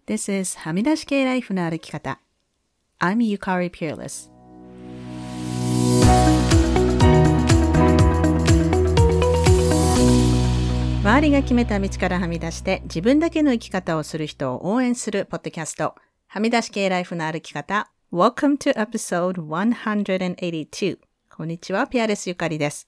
This is はみ出し系ライフの歩き方。I'm Yukari Peerless。周りが決めた道からはみ出して自分だけの生き方をする人を応援するポッドキャスト。はみ出し系ライフの歩き方。Welcome to episode 182。こんにちは、ピアレスゆかりです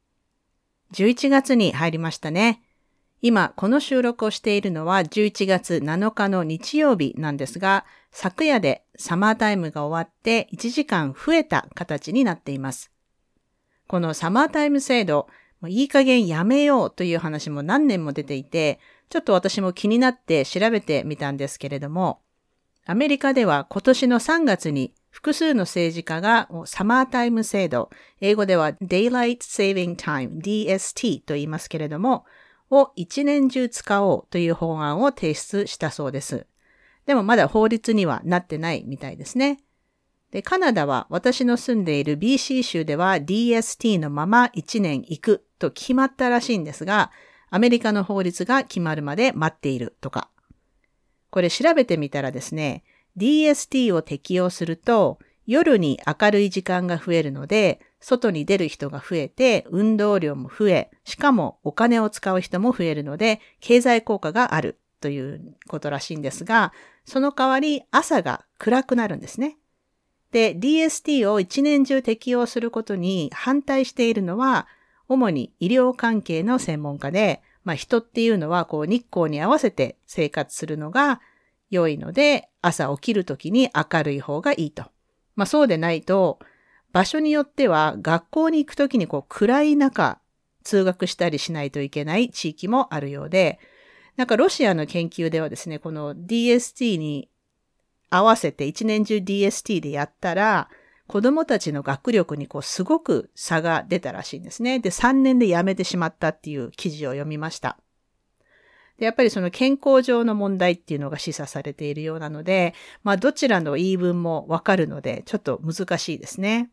。11月に入りましたね。今、この収録をしているのは11月7日の日曜日なんですが、昨夜でサマータイムが終わって1時間増えた形になっています。このサマータイム制度、いい加減やめようという話も何年も出ていて、ちょっと私も気になって調べてみたんですけれども、アメリカでは今年の3月に複数の政治家がサマータイム制度、英語では Daylight Saving Time DST と言いますけれども、を一年中使おうという法案を提出したそうです。でもまだ法律にはなってないみたいですね。で、カナダは私の住んでいる BC 州では DST のまま1年行くと決まったらしいんですが、アメリカの法律が決まるまで待っているとか。これ調べてみたらですね、DST を適用すると夜に明るい時間が増えるので、外に出る人が増えて、運動量も増え、しかもお金を使う人も増えるので、経済効果があるということらしいんですが、その代わり朝が暗くなるんですね。で、DST を一年中適用することに反対しているのは、主に医療関係の専門家で、人っていうのは日光に合わせて生活するのが良いので、朝起きるときに明るい方がいいと。そうでないと、場所によっては学校に行くときに暗い中通学したりしないといけない地域もあるようで、ロシアの研究ではですね、この DST に合わせて一年中 DST でやったら、子供たちの学力にすごく差が出たらしいんですね。で、3年でやめてしまったっていう記事を読みました。で、やっぱりその健康上の問題っていうのが示唆されているようなので、どちらの言い分もわかるので、ちょっと難しいですね。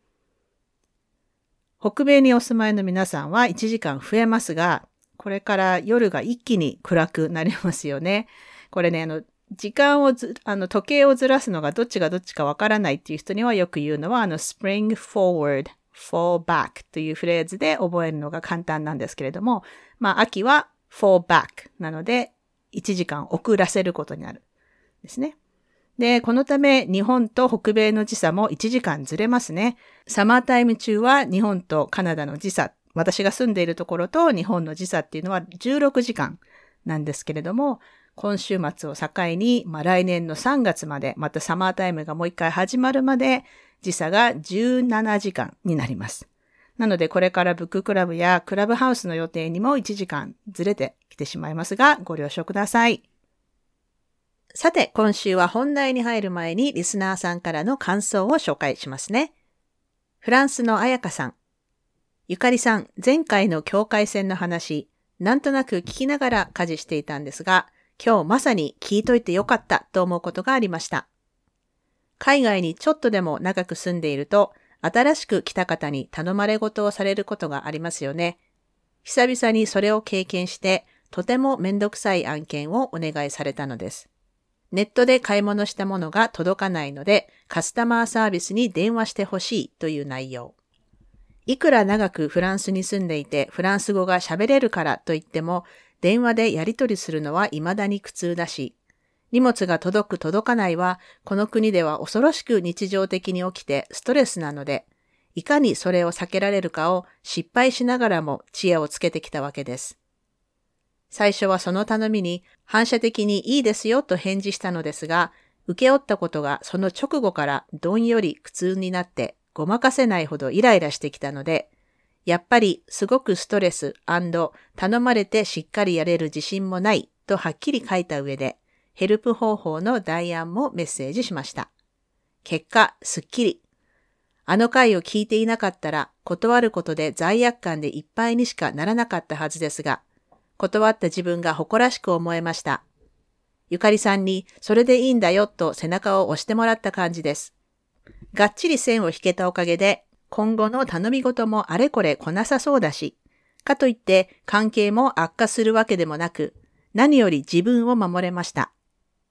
北米にお住まいの皆さんは1時間増えますが、これから夜が一気に暗くなりますよね。これね、時間を時計をずらすのがどっちがどっちかわからないっていう人にはよく言うのは、spring forward, fall back というフレーズで覚えるのが簡単なんですけれども、秋は fall back なので、1時間遅らせることになるですね。で、このため日本と北米の時差も1時間ずれますね。サマータイム中は日本とカナダの時差、私が住んでいるところと日本の時差っていうのは16時間なんですけれども、今週末を境に、来年の3月まで、またサマータイムがもう一回始まるまで、時差が17時間になります。なのでこれからブッククラブやクラブハウスの予定にも1時間ずれてきてしまいますが、ご了承ください。さて、今週は本題に入る前にリスナーさんからの感想を紹介しますね。フランスのあやかさん。ゆかりさん、前回の境界線の話、なんとなく聞きながら家事していたんですが、今日まさに聞いといてよかったと思うことがありました。海外にちょっとでも長く住んでいると、新しく来た方に頼まれ事をされることがありますよね。久々にそれを経験して、とてもめんどくさい案件をお願いされたのです。ネットで買い物したものが届かないので、カスタマーサービスに電話してほしいという内容。いくら長くフランスに住んでいてフランス語が喋れるからといっても、電話でやり取りするのは未だに苦痛だし、荷物が届く届かないはこの国では恐ろしく日常的に起きてストレスなので、いかにそれを避けられるかを失敗しながらも知恵をつけてきたわけです。最初はその頼みに反射的にいいですよと返事したのですが、請け負ったことがその直後からどんより苦痛になってごまかせないほどイライラしてきたので、やっぱりすごくストレス&頼まれてしっかりやれる自信もないとはっきり書いた上で、ヘルプ方法の代案もメッセージしました。結果、すっきり。あの回を聞いていなかったら断ることで罪悪感でいっぱいにしかならなかったはずですが、断った自分が誇らしく思えました。ゆかりさんにそれでいいんだよと背中を押してもらった感じです。がっちり線を引けたおかげで、今後の頼み事もあれこれこなさそうだし、かといって関係も悪化するわけでもなく、何より自分を守れました。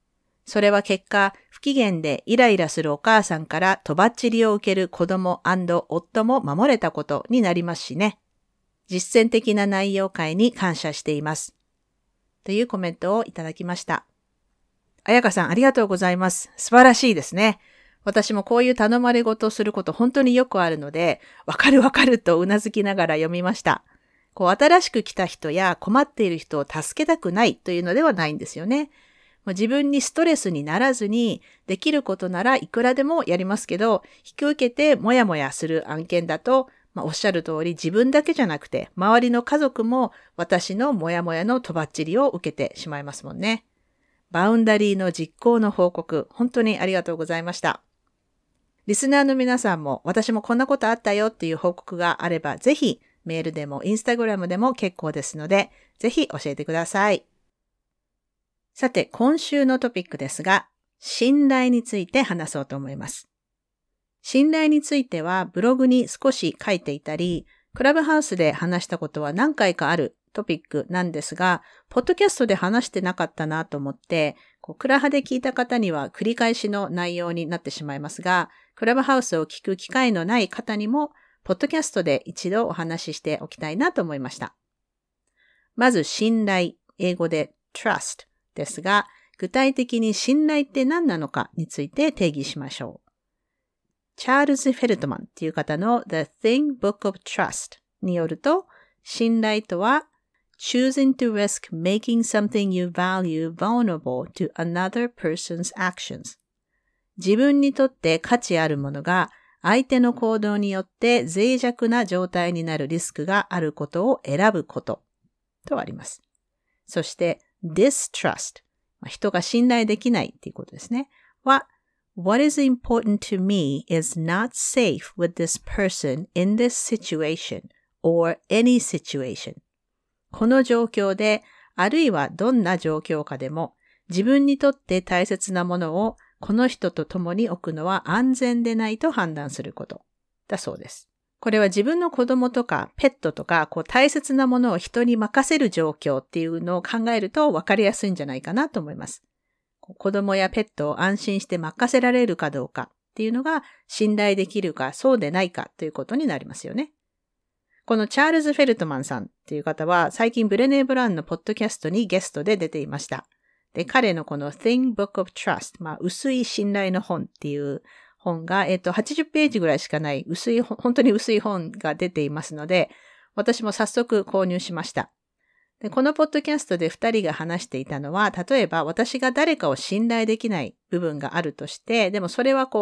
それは結果、不機嫌でイライラするお母さんからとばっちりを受ける子供&夫も守れたことになりますしね。実践的な内容会に感謝しています。というコメントをいただきました。彩香さんありがとうございます。素晴らしいですね。私もこういう頼まれ事をすること本当によくあるので、わかるとうなずきながら読みました。新しく来た人や困っている人を助けたくないというのではないんですよね。自分にストレスにならずに、できることならいくらでもやりますけど、引き受けてもやもやする案件だと、おっしゃる通り自分だけじゃなくて、周りの家族も私のもやもやのとばっちりを受けてしまいますもんね。バウンダリーの実行の報告、本当にありがとうございました。リスナーの皆さんも、私もこんなことあったよっていう報告があれば、ぜひメールでもインスタグラムでも結構ですので、ぜひ教えてください。さて、今週のトピックですが、信頼について話そうと思います。信頼についてはブログに少し書いていたり、クラブハウスで話したことは何回かあるトピックなんですが、ポッドキャストで話してなかったなと思って、クラハで聞いた方には繰り返しの内容になってしまいますが、クラブハウスを聞く機会のない方にも、ポッドキャストで一度お話ししておきたいなと思いました。まず信頼、英語で trust ですが、具体的に信頼って何なのかについて定義しましょう。チャールズ・フェルトマンという方の The Thin Book of Trust によると、信頼とは choosing to risk making something you value vulnerable to another person's actions。自分にとって価値あるものが相手の行動によって脆弱な状態になるリスクがあることを選ぶこととあります。そして distrust、人が信頼できないということですね。はWhat is important to me is not safe with this person in this situation or any situation. この状況で、あるいはどんな状況下でも、自分にとって大切なものをこの人と共に置くのは安全でないと判断することだそうです。これは自分の子供とかペットとか大切なものを人に任せる状況っていうのを考えると分かりやすいんじゃないかなと思います。子供やペットを安心して任せられるかどうかっていうのが信頼できるかそうでないかということになりますよね。このチャールズ・フェルトマンさんっていう方は最近ブレネー・ブラウンのポッドキャストにゲストで出ていました。で、彼のこの Thin Book of Trust、薄い信頼の本っていう本が、80ページぐらいしかない本当に薄い本が出ていますので、私も早速購入しました。で、このポッドキャストで2人が話していたのは、例えば私が誰かを信頼できない部分があるとして、でもそれは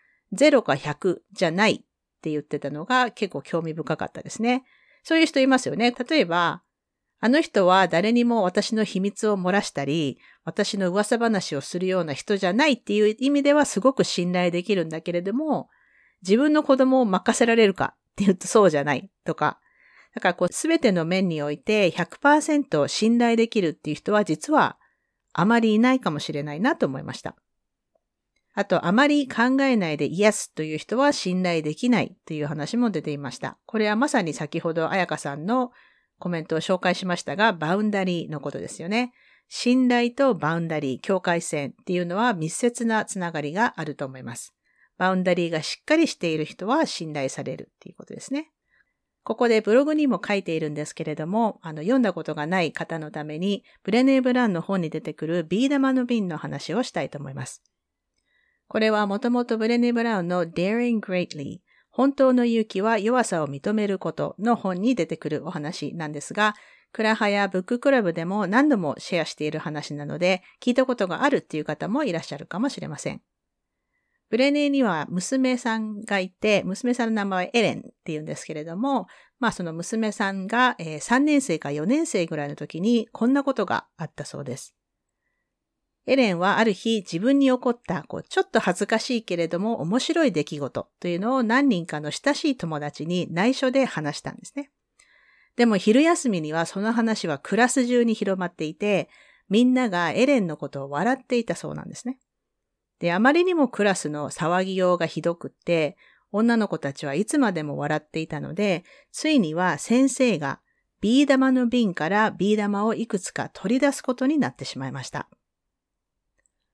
0か100じゃないって言ってたのが結構興味深かったですね。そういう人いますよね。例えば、あの人は誰にも私の秘密を漏らしたり、私の噂話をするような人じゃないっていう意味ではすごく信頼できるんだけれども、自分の子供を任せられるかって言うとそうじゃないとか、だからすべての面において 100% 信頼できるっていう人は実はあまりいないかもしれないなと思いました。あと、あまり考えないで Yes という人は信頼できないという話も出ていました。これはまさに先ほど彩香さんのコメントを紹介しましたが、バウンダリーのことですよね。信頼とバウンダリー、境界線っていうのは密接なつながりがあると思います。バウンダリーがしっかりしている人は信頼されるっていうことですね。ここでブログにも書いているんですけれども、読んだことがない方のために、ブレネー・ブラウンの本に出てくるビー玉の瓶の話をしたいと思います。これはもともとブレネー・ブラウンの Daring Greatly、本当の勇気は弱さを認めることの本に出てくるお話なんですが、クラハやブッククラブでも何度もシェアしている話なので、聞いたことがあるっていう方もいらっしゃるかもしれません。ブレネーには娘さんがいて、娘さんの名前はエレンっていうんですけれども、その娘さんが3年生か4年生ぐらいの時にこんなことがあったそうです。エレンはある日自分に起こったちょっと恥ずかしいけれども面白い出来事というのを何人かの親しい友達に内緒で話したんですね。でも昼休みにはその話はクラス中に広まっていて、みんながエレンのことを笑っていたそうなんですね。で、あまりにもクラスの騒ぎようがひどくって、女の子たちはいつまでも笑っていたので、ついには先生がビー玉の瓶からビー玉をいくつか取り出すことになってしまいました。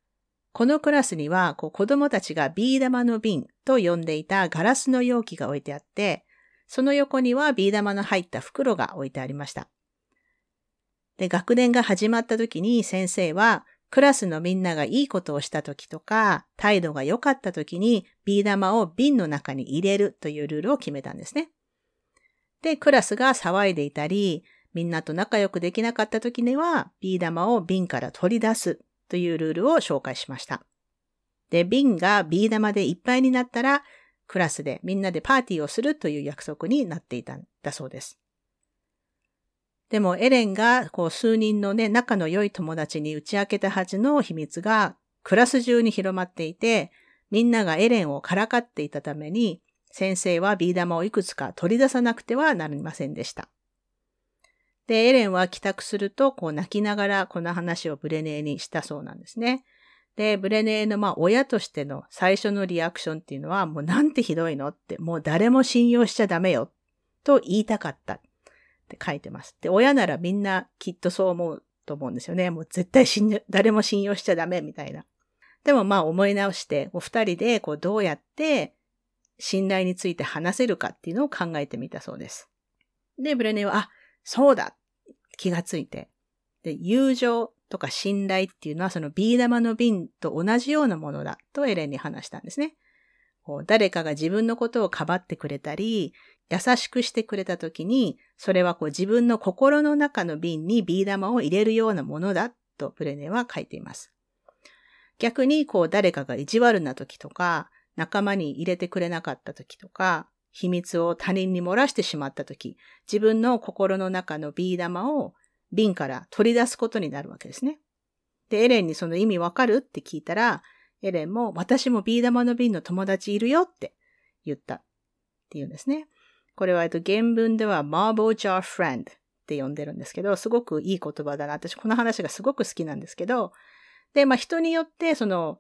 このクラスには子供たちがビー玉の瓶と呼んでいたガラスの容器が置いてあって、その横にはビー玉の入った袋が置いてありました。で、学年が始まった時に先生は、クラスのみんながいいことをした時とか、態度が良かった時にビー玉を瓶の中に入れるというルールを決めたんですね。で、クラスが騒いでいたり、みんなと仲良くできなかった時には、ビー玉を瓶から取り出すというルールを紹介しました。で、瓶がビー玉でいっぱいになったら、クラスでみんなでパーティーをするという約束になっていたんだそうです。でもエレンが数人のね、仲の良い友達に打ち明けたはずの秘密がクラス中に広まっていて、みんながエレンをからかっていたために、先生はビー玉をいくつか取り出さなくてはなりませんでした。で、エレンは帰宅すると泣きながらこの話をブレネーにしたそうなんですね。で、ブレネーの親としての最初のリアクションっていうのは、もうなんてひどいのって、もう誰も信用しちゃダメよと言いたかったって書いてます。で、親ならみんなきっとそう思うと思うんですよね。もう絶対誰も信用しちゃダメみたいな。でも思い直して、二人でどうやって信頼について話せるかっていうのを考えてみたそうです。で、ブレネーは、そうだ気がついて。で、友情とか信頼っていうのはそのビー玉の瓶と同じようなものだとエレンに話したんですね。誰かが自分のことをかばってくれたり、優しくしてくれたときに、それは自分の心の中の瓶にビー玉を入れるようなものだとブレネは書いています。逆に誰かが意地悪なときとか、仲間に入れてくれなかったときとか、秘密を他人に漏らしてしまったとき、自分の心の中のビー玉を瓶から取り出すことになるわけですね。で、エレンにその意味わかるって聞いたら、エレンも私もビー玉の瓶の友達いるよって言ったっていうんですね。これは原文では Marble Jar Friend って呼んでるんですけど、すごくいい言葉だな。私この話がすごく好きなんですけど、で、人によって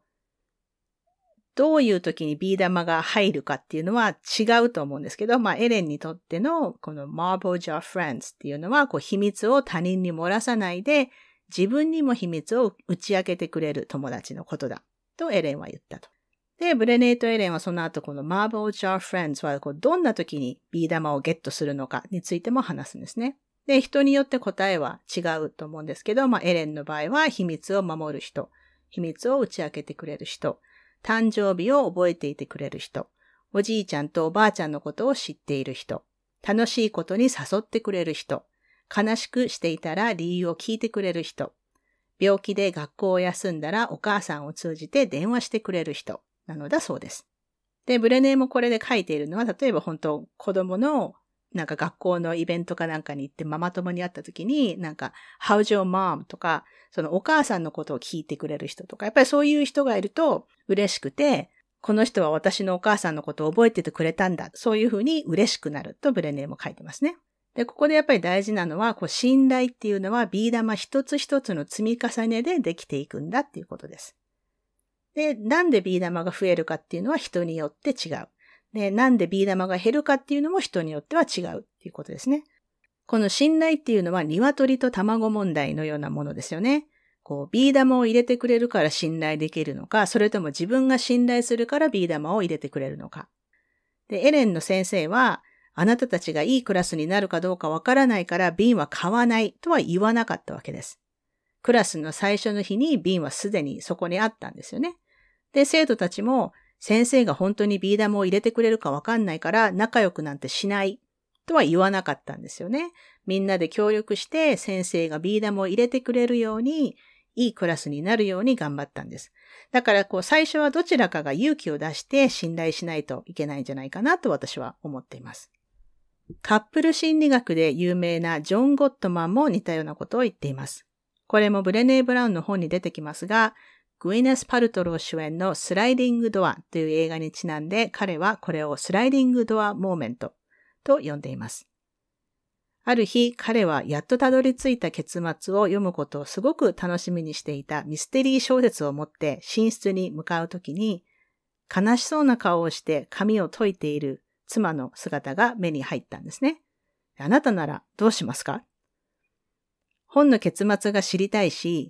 どういう時にビー玉が入るかっていうのは違うと思うんですけど、エレンにとってのこの Marble Jar Friends っていうのは秘密を他人に漏らさないで自分にも秘密を打ち明けてくれる友達のことだとエレンは言ったと。で、ブレネーとエレンはその後この Marble Jar Friends はどんな時にビー玉をゲットするのかについても話すんですね。で、人によって答えは違うと思うんですけど、エレンの場合は秘密を守る人、秘密を打ち明けてくれる人、誕生日を覚えていてくれる人、おじいちゃんとおばあちゃんのことを知っている人、楽しいことに誘ってくれる人、悲しくしていたら理由を聞いてくれる人、病気で学校を休んだらお母さんを通じて電話してくれる人なのだそうです。で、ブレネーもこれで書いているのは、例えば本当子供の学校のイベントかなんかに行ってママ友に会った時にHow's your mom? とか、そのお母さんのことを聞いてくれる人とか、やっぱりそういう人がいると嬉しくて、この人は私のお母さんのことを覚えててくれたんだ。そういうふうに嬉しくなるとブレネーも書いてますね。で、ここでやっぱり大事なのは、信頼っていうのはビー玉一つ一つの積み重ねでできていくんだっていうことです。で、なんでビー玉が増えるかっていうのは人によって違う。で、なんでビー玉が減るかっていうのも人によっては違うっていうことですね。この信頼っていうのは鶏と卵問題のようなものですよね。ビー玉を入れてくれるから信頼できるのか、それとも自分が信頼するからビー玉を入れてくれるのか。で、エレンの先生は、あなたたちがいいクラスになるかどうかわからないから瓶は買わないとは言わなかったわけです。クラスの最初の日に瓶はすでにそこにあったんですよね。で、生徒たちも先生が本当にビー玉を入れてくれるかわかんないから仲良くなんてしないとは言わなかったんですよね。みんなで協力して先生がビー玉を入れてくれるように、いいクラスになるように頑張ったんです。だから最初はどちらかが勇気を出して信頼しないといけないんじゃないかなと私は思っています。カップル心理学で有名なジョン・ゴットマンも似たようなことを言っています。これもブレネー・ブラウンの本に出てきますが、グイネス・パルトロー主演のスライディング・ドアという映画にちなんで彼はこれをスライディング・ドア・モーメントと呼んでいます。ある日、彼はやっとたどり着いた結末を読むことをすごく楽しみにしていたミステリー小説を持って寝室に向かうときに、悲しそうな顔をして髪を解いている妻の姿が目に入ったんですね。あなたならどうしますか？本の結末が知りたいし、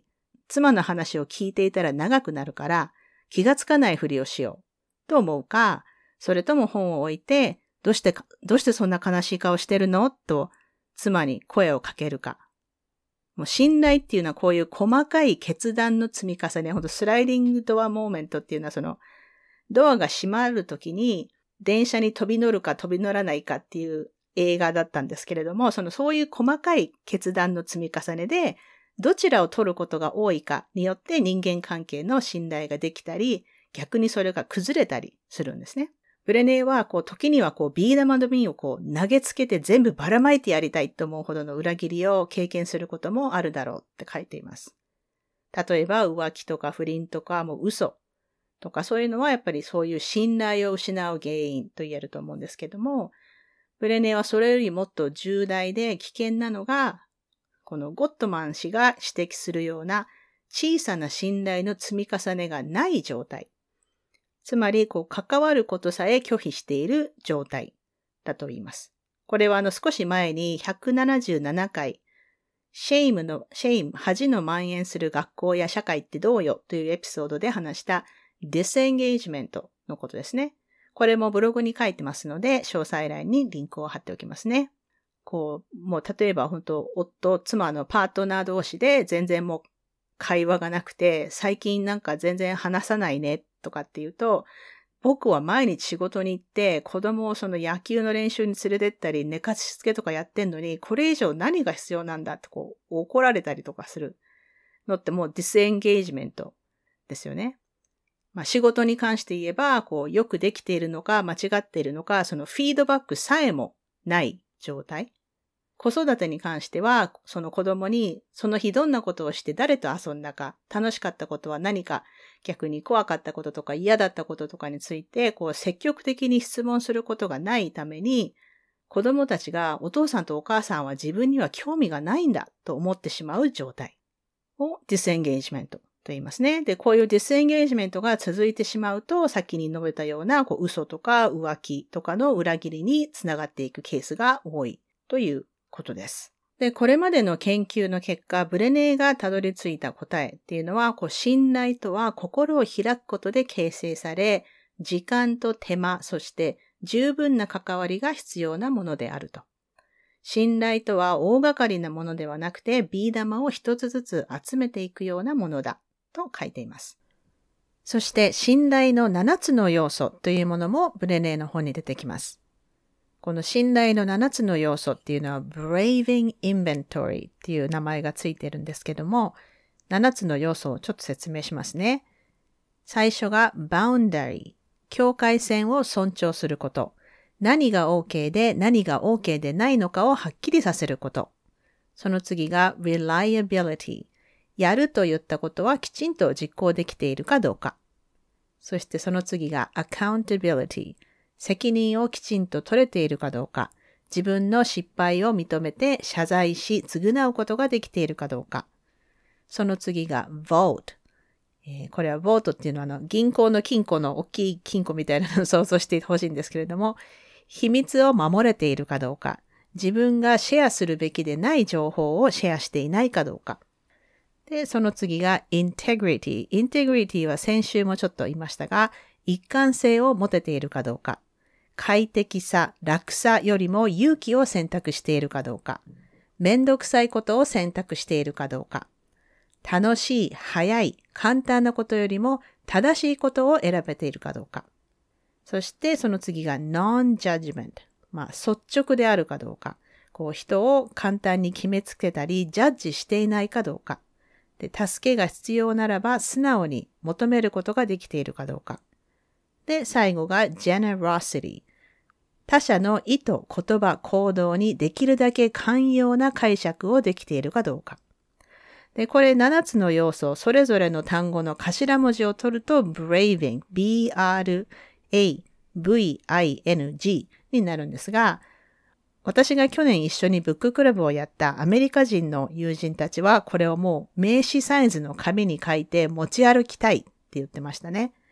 妻の話を聞いていたら長くなるから気がつかないふりをしようと思うか、それとも本を置いて、どうしてそんな悲しい顔してるのと妻に声をかけるか。もう信頼っていうのはこういう細かい決断の積み重ね、ほんとスライディングドアモーメントっていうのはそのドアが閉まるときに電車に飛び乗るか飛び乗らないかっていう映画だったんですけれども、そういう細かい決断の積み重ねでどちらを取ることが多いかによって人間関係の信頼ができたり、逆にそれが崩れたりするんですね。ブレネーは時にはビー玉の瓶を投げつけて全部ばらまいてやりたいと思うほどの裏切りを経験することもあるだろうって書いています。例えば浮気とか不倫とか嘘とかそういうのはやっぱりそういう信頼を失う原因と言えると思うんですけども、ブレネーはそれよりもっと重大で危険なのが、このゴットマン氏が指摘するような小さな信頼の積み重ねがない状態。つまり、関わることさえ拒否している状態だと言います。これは少し前に177回、シェイム、恥の蔓延する学校や社会ってどうよというエピソードで話したディスエンゲージメントのことですね。これもブログに書いてますので、詳細欄にリンクを貼っておきますね。もう例えば夫、妻のパートナー同士で全然もう会話がなくて、最近なんか全然話さないねとかっていうと、僕は毎日仕事に行って子供を野球の練習に連れてったり寝かしつけとかやってんのに、これ以上何が必要なんだって怒られたりとかするのってもうディスエンゲージメントですよね。仕事に関して言えば、よくできているのか間違っているのか、そのフィードバックさえもない状態。子育てに関しては、その子供にその日どんなことをして誰と遊んだか、楽しかったことは何か、逆に怖かったこととか嫌だったこととかについて、積極的に質問することがないために、子供たちがお父さんとお母さんは自分には興味がないんだと思ってしまう状態をディスエンゲージメントと言いますね。で、こういうディスエンゲージメントが続いてしまうと、先に述べたような嘘とか浮気とかの裏切りにつながっていくケースが多いということです。で、これまでの研究の結果、ブレネーがたどり着いた答えっていうのは、信頼とは心を開くことで形成され、時間と手間、そして十分な関わりが必要なものであると。信頼とは大掛かりなものではなくて、ビー玉を一つずつ集めていくようなものだと書いています。そして信頼の7つの要素というものもブレネーの本に出てきます。この信頼の7つの要素っていうのは Braving Inventory っていう名前がついてるんですけども、7つの要素をちょっと説明しますね。最初が Boundary、境界線を尊重すること。何が OK で何が OK でないのかをはっきりさせること。その次が Reliability、やると言ったことはきちんと実行できているかどうか。そしてその次が Accountability、責任をきちんと取れているかどうか、自分の失敗を認めて謝罪し償うことができているかどうか。その次が Vault。これは Vault っていうのは銀行の金庫の大きい金庫みたいなのを想像してほしいんですけれども、秘密を守れているかどうか、自分がシェアするべきでない情報をシェアしていないかどうか。で、その次が Integrity。Integrity は先週もちょっと言いましたが、一貫性を持てているかどうか。快適さ、楽さよりも勇気を選択しているかどうか。めんどくさいことを選択しているかどうか。楽しい、早い、簡単なことよりも正しいことを選べているかどうか。そしてその次が Non-Judgment。率直であるかどうか。人を簡単に決めつけたり、ジャッジしていないかどうか。で、助けが必要ならば素直に求めることができているかどうか。で、最後が Generosity。他者の意図、言葉、行動にできるだけ寛容な解釈をできているかどうか。で、これ7つの要素、それぞれの単語の頭文字を取ると Braving、B-R-A-V-I-N-G になるんですが、私が去年一緒にブッククラブをやったアメリカ人の友人たちはこれをもう名詞サイズの紙に書いて持ち歩きたいって言ってましたね。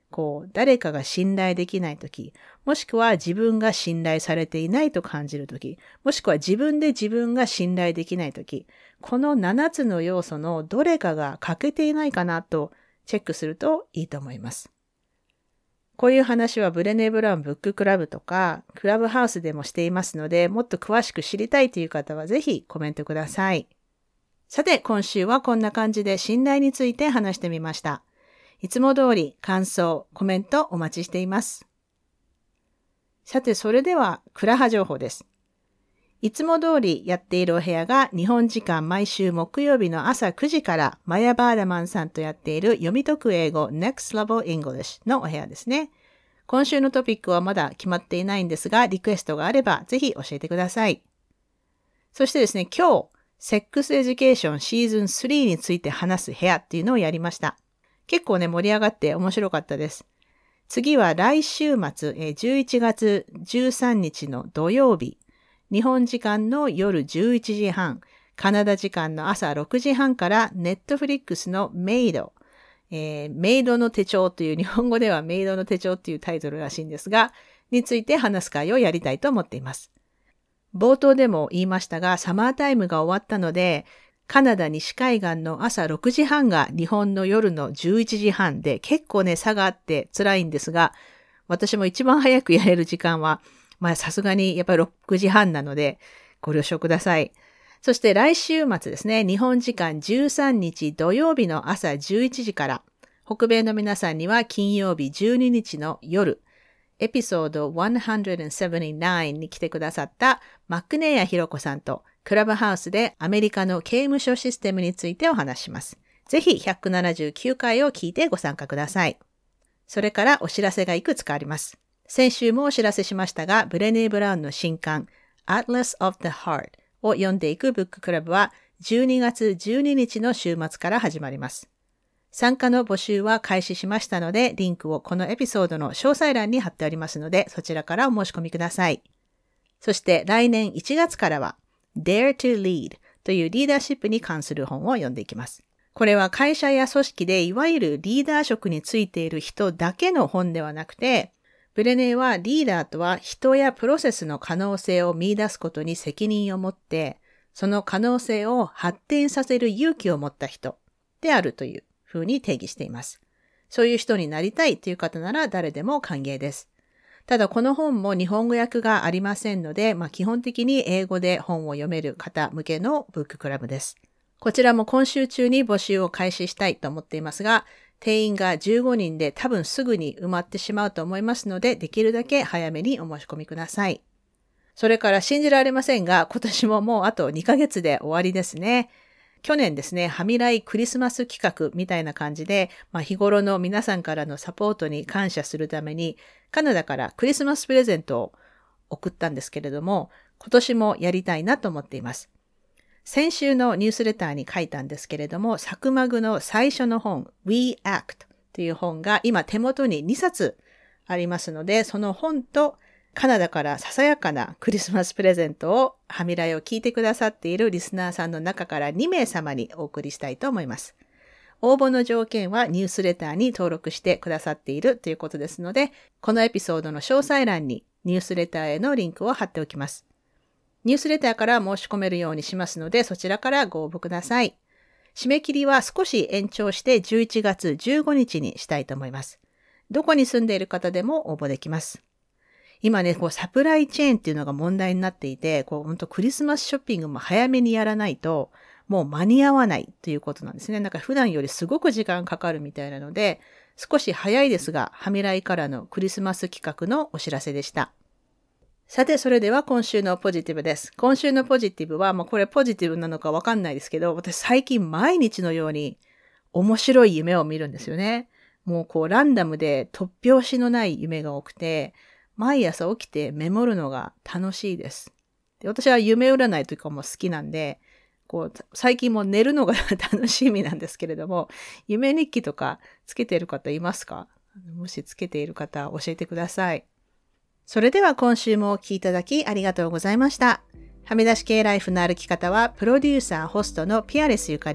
誰かが信頼できないとき、もしくは自分が信頼されていないと感じるとき、もしくは自分で自分が信頼できないとき、この7つの要素のどれかが欠けていないかなとチェックするといいと思います。こういう話はブレネー・ブラウンブッククラブとかクラブハウスでもしていますので、もっと詳しく知りたいという方はぜひコメントください。さて、今週はこんな感じで信頼について話してみました。いつも通り感想、コメントお待ちしています。さて、それではクラハ情報です。いつも通りやっているお部屋が日本時間毎週木曜日の朝9時からマヤ・バーダマンさんとやっている読み解く英語 Next Level English のお部屋ですね。今週のトピックはまだ決まっていないんですが、リクエストがあればぜひ教えてください。そしてですね、今日、セックスエデュケーションシーズン3について話す部屋っていうのをやりました。結構ね、盛り上がって面白かったです。次は来週末、11月13日の土曜日、日本時間の夜11時半、カナダ時間の朝6時半からネットフリックスのメイド、メイドの手帳という日本語ではメイドの手帳っていうタイトルらしいんですが、について話す会をやりたいと思っています。冒頭でも言いましたが、サマータイムが終わったので、カナダ西海岸の朝6時半が日本の夜の11時半で結構ね差があって辛いんですが、私も一番早くやれる時間はさすがにやっぱり6時半なのでご了承ください。そして来週末ですね、日本時間13日土曜日の朝11時から、北米の皆さんには金曜日12日の夜、エピソード179に来てくださったマックネーヤヒロコさんとクラブハウスでアメリカの刑務所システムについてお話します。ぜひ179回を聞いてご参加ください。それからお知らせがいくつかあります。先週もお知らせしましたが、ブレネー・ブラウンの新刊 Atlas of the Heart を読んでいくブッククラブは12月12日の週末から始まります。参加の募集は開始しましたので、リンクをこのエピソードの詳細欄に貼ってありますので、そちらからお申し込みください。そして来年1月からはDare to Lead というリーダーシップに関する本を読んでいきます。これは会社や組織でいわゆるリーダー職についている人だけの本ではなくて、ブレネーはリーダーとは人やプロセスの可能性を見出すことに責任を持って、その可能性を発展させる勇気を持った人であるというふうに定義しています。そういう人になりたいという方なら誰でも歓迎です。ただこの本も日本語訳がありませんので、基本的に英語で本を読める方向けのブッククラブです。こちらも今週中に募集を開始したいと思っていますが、定員が15人で多分すぐに埋まってしまうと思いますので、できるだけ早めにお申し込みください。それから信じられませんが、今年ももうあと2ヶ月で終わりですね。去年ですね、はみらいクリスマス企画みたいな感じで、日頃の皆さんからのサポートに感謝するために、カナダからクリスマスプレゼントを送ったんですけれども、今年もやりたいなと思っています。先週のニュースレターに書いたんですけれども、サクマグの最初の本、We Act という本が今手元に2冊ありますので、その本とカナダからささやかなクリスマスプレゼントをはみらいを聞いてくださっているリスナーさんの中から2名様にお送りしたいと思います。応募の条件はニュースレターに登録してくださっているということですので、このエピソードの詳細欄にニュースレターへのリンクを貼っておきます。ニュースレターから申し込めるようにしますので、そちらからご応募ください。締め切りは少し延長して11月15日にしたいと思います。どこに住んでいる方でも応募できます。今ね、サプライチェーンっていうのが問題になっていて、本当クリスマスショッピングも早めにやらないと、もう間に合わないということなんですね。普段よりすごく時間かかるみたいなので、少し早いですが、はみらいからのクリスマス企画のお知らせでした。さて、それでは今週のポジティブです。今週のポジティブは、これポジティブなのかわかんないですけど、私最近毎日のように面白い夢を見るんですよね。もうランダムで突拍子のない夢が多くて、毎朝起きてメモるのが楽しいです。で、私は夢占いとかも好きなんで、最近も寝るのが楽しみなんですけれども、夢日記とかつけている方いますか？もしつけている方教えてください。それでは今週もお聞きいただきありがとうございました。はみ出し系ライフの歩き方はプロデューサー、ホストのピアレスゆかりが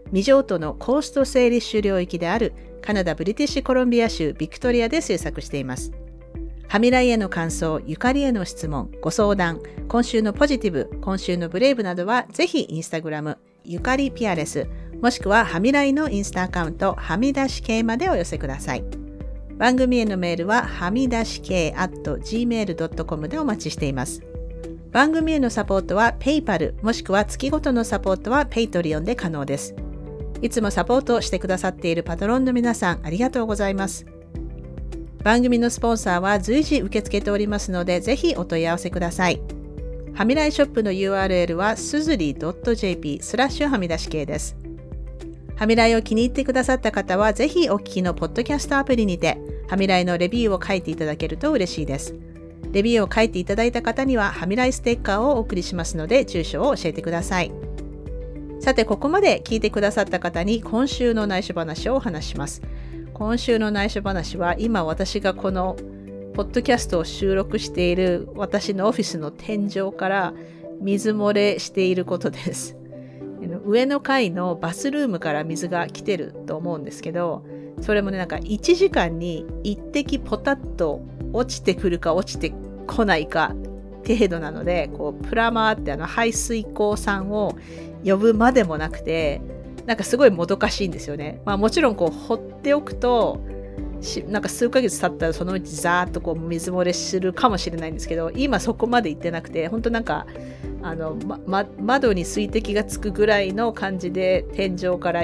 未譲渡のコースト整理種領域であるカナダ・ブリティッシュコロンビア州ビクトリアで制作しています。はみらいへの感想、ゆかりへの質問、ご相談、今週のポジティブ、今週のブレイブなどはぜひインスタグラム、ゆかりピアレス、もしくははみらいのインスタアカウント、はみ出し系までお寄せください。番組へのメールははみ出し系@gmail.com でお待ちしています。番組へのサポートは PayPal もしくは月ごとのサポートは Patreon で可能です。いつもサポートをしてくださっているパトロンの皆さんありがとうございます。番組のスポンサーは随時受け付けておりますのでぜひお問い合わせください。はみらいショップの URL はすずり .jp/はみ出し系です。はみらいを気に入ってくださった方はぜひお聞きのポッドキャストアプリにてはみらいのレビューを書いていただけると嬉しいです。レビューを書いていただいた方にははみらいステッカーをお送りしますので住所を教えてください。さてここまで聞いてくださった方に今週の内緒話をお話します。今週の内緒話は今私がこのポッドキャストを収録している私のオフィスの天井から水漏れしていることです。上の階のバスルームから水が来てると思うんですけど、それもねなんか1時間に1滴ポタッと落ちてくるか落ちてこないか程度なので、こうプラマーって排水口さんを呼ぶまでもなくて、なんかすごいもどかしいんですよね。まあもちろんこう放っておくとなんか数ヶ月経ったらそのうちザーッとこう水漏れするかもしれないんですけど、今そこまで行ってなくて、本当なんか窓に水滴がつくぐらいの感じで天井から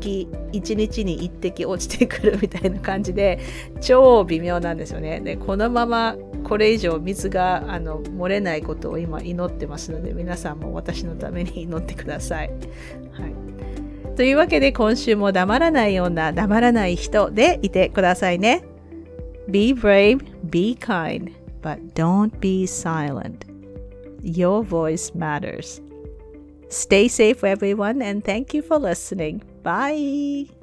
1日に1滴落ちてくるみたいな感じで超微妙なんですよね。でこのままこれ以上水が漏れないことを今祈ってますので、皆さんも私のために祈ってください。はい。というわけで今週も黙らない女、黙らない人でいてくださいね。Be brave, be kind, but don't be silent. Your voice matters. Stay safe everyone and thank you for listening. Bye!